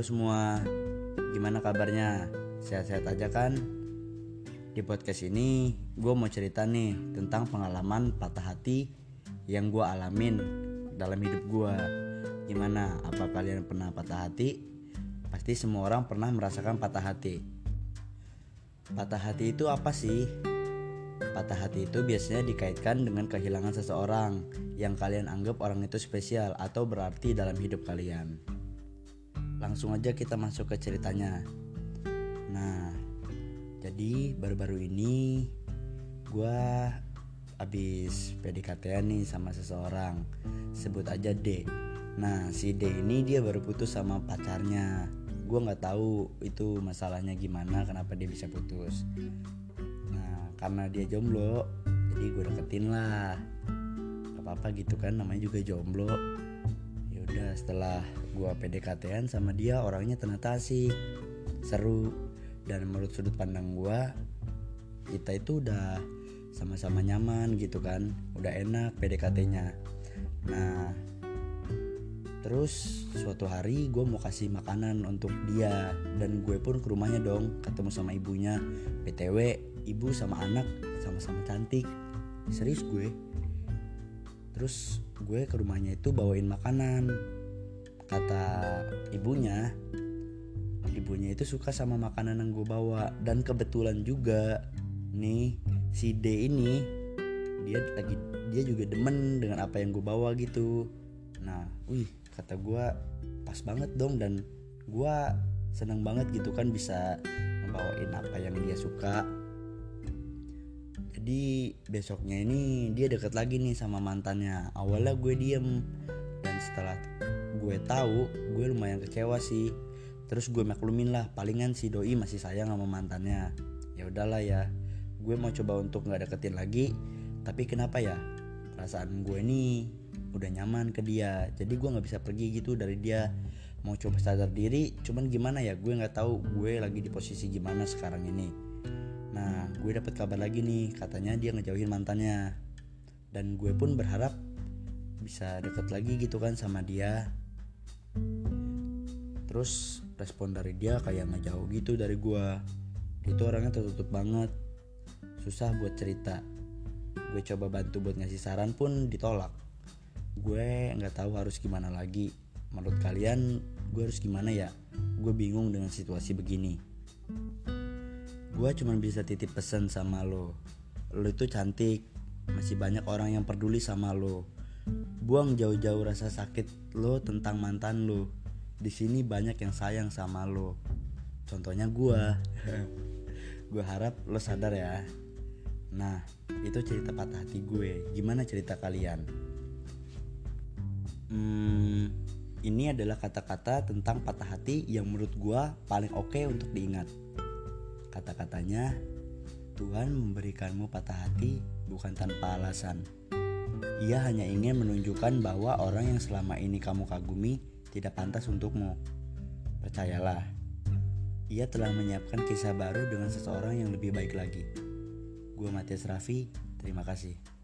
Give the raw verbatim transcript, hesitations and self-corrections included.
semua, gimana kabarnya? Sehat-sehat aja kan? Di podcast ini gue mau cerita nih tentang pengalaman patah hati yang gue alamin dalam hidup gue. Gimana? Apa kalian pernah patah hati? Pasti semua orang pernah merasakan patah hati. Patah hati itu apa sih? Patah hati itu biasanya dikaitkan dengan kehilangan seseorang yang kalian anggap orang itu spesial atau berarti dalam hidup kalian. Langsung aja kita masuk ke ceritanya. Nah, jadi baru-baru ini gue abis P D K T-an nih sama seseorang, sebut aja D. Nah, si D ini dia baru putus sama pacarnya. Gue nggak tahu itu masalahnya gimana, kenapa dia bisa putus. Nah, karena dia jomblo, jadi gue deketin lah. Gak apa-apa gitu kan, namanya juga jomblo. Ya udah, setelah gue P D K T-an sama dia, orangnya ternyata asik, seru, dan menurut sudut pandang gue, kita itu udah sama-sama nyaman gitu kan, udah enak P D K T-nya. Nah, terus suatu hari gue mau kasih makanan untuk dia, dan gue pun ke rumahnya dong, ketemu sama ibunya. B T W ibu sama anak sama-sama cantik, serius gue. Terus gue ke rumahnya itu bawain makanan. Kata ibunya, ibunya itu suka sama makanan yang gue bawa. Dan kebetulan juga nih, si D ini dia lagi dia juga demen dengan apa yang gue bawa gitu. Nah, wih, kata gue pas banget dong, dan gue seneng banget gitu kan bisa ngebawain apa yang dia suka. Jadi besoknya ini dia deket lagi nih sama mantannya. Awalnya gue diem, dan setelah gue tahu, gue lumayan kecewa sih. Terus gue maklumin lah, palingan si doi masih sayang sama mantannya. Ya udahlah ya, gue mau coba untuk nggak deketin lagi. Tapi kenapa ya, perasaan gue ini udah nyaman ke dia, jadi gue nggak bisa pergi gitu dari dia. Mau coba sadar diri, cuman gimana ya, gue nggak tahu gue lagi di posisi gimana sekarang ini. Nah, gue dapat kabar lagi nih, katanya dia ngejauhin mantannya, dan gue pun berharap bisa deket lagi gitu kan sama dia. Terus respon dari dia kayak ngejauh gitu dari gue. Itu orangnya tertutup banget, susah buat cerita. Gue coba bantu buat ngasih saran pun ditolak. Gue nggak tahu harus gimana lagi. Menurut kalian gue harus gimana ya? Gue bingung dengan situasi begini. Gue cuma bisa titip pesan sama lo. Lo itu cantik, masih banyak orang yang peduli sama lo. Buang jauh-jauh rasa sakit lo tentang mantan lo. Di sini banyak yang sayang sama lo. Contohnya gue. Gue harap lo sadar ya. Nah, itu cerita patah hati gue. Gimana cerita kalian? Hmm, ini adalah kata-kata tentang patah hati yang menurut gue paling oke untuk diingat. Kata-katanya, Tuhan memberikanmu patah hati bukan tanpa alasan. Ia hanya ingin menunjukkan bahwa orang yang selama ini kamu kagumi tidak pantas untukmu. Percayalah, ia telah menyiapkan kisah baru dengan seseorang yang lebih baik lagi. Gue Matias Raffi, terima kasih.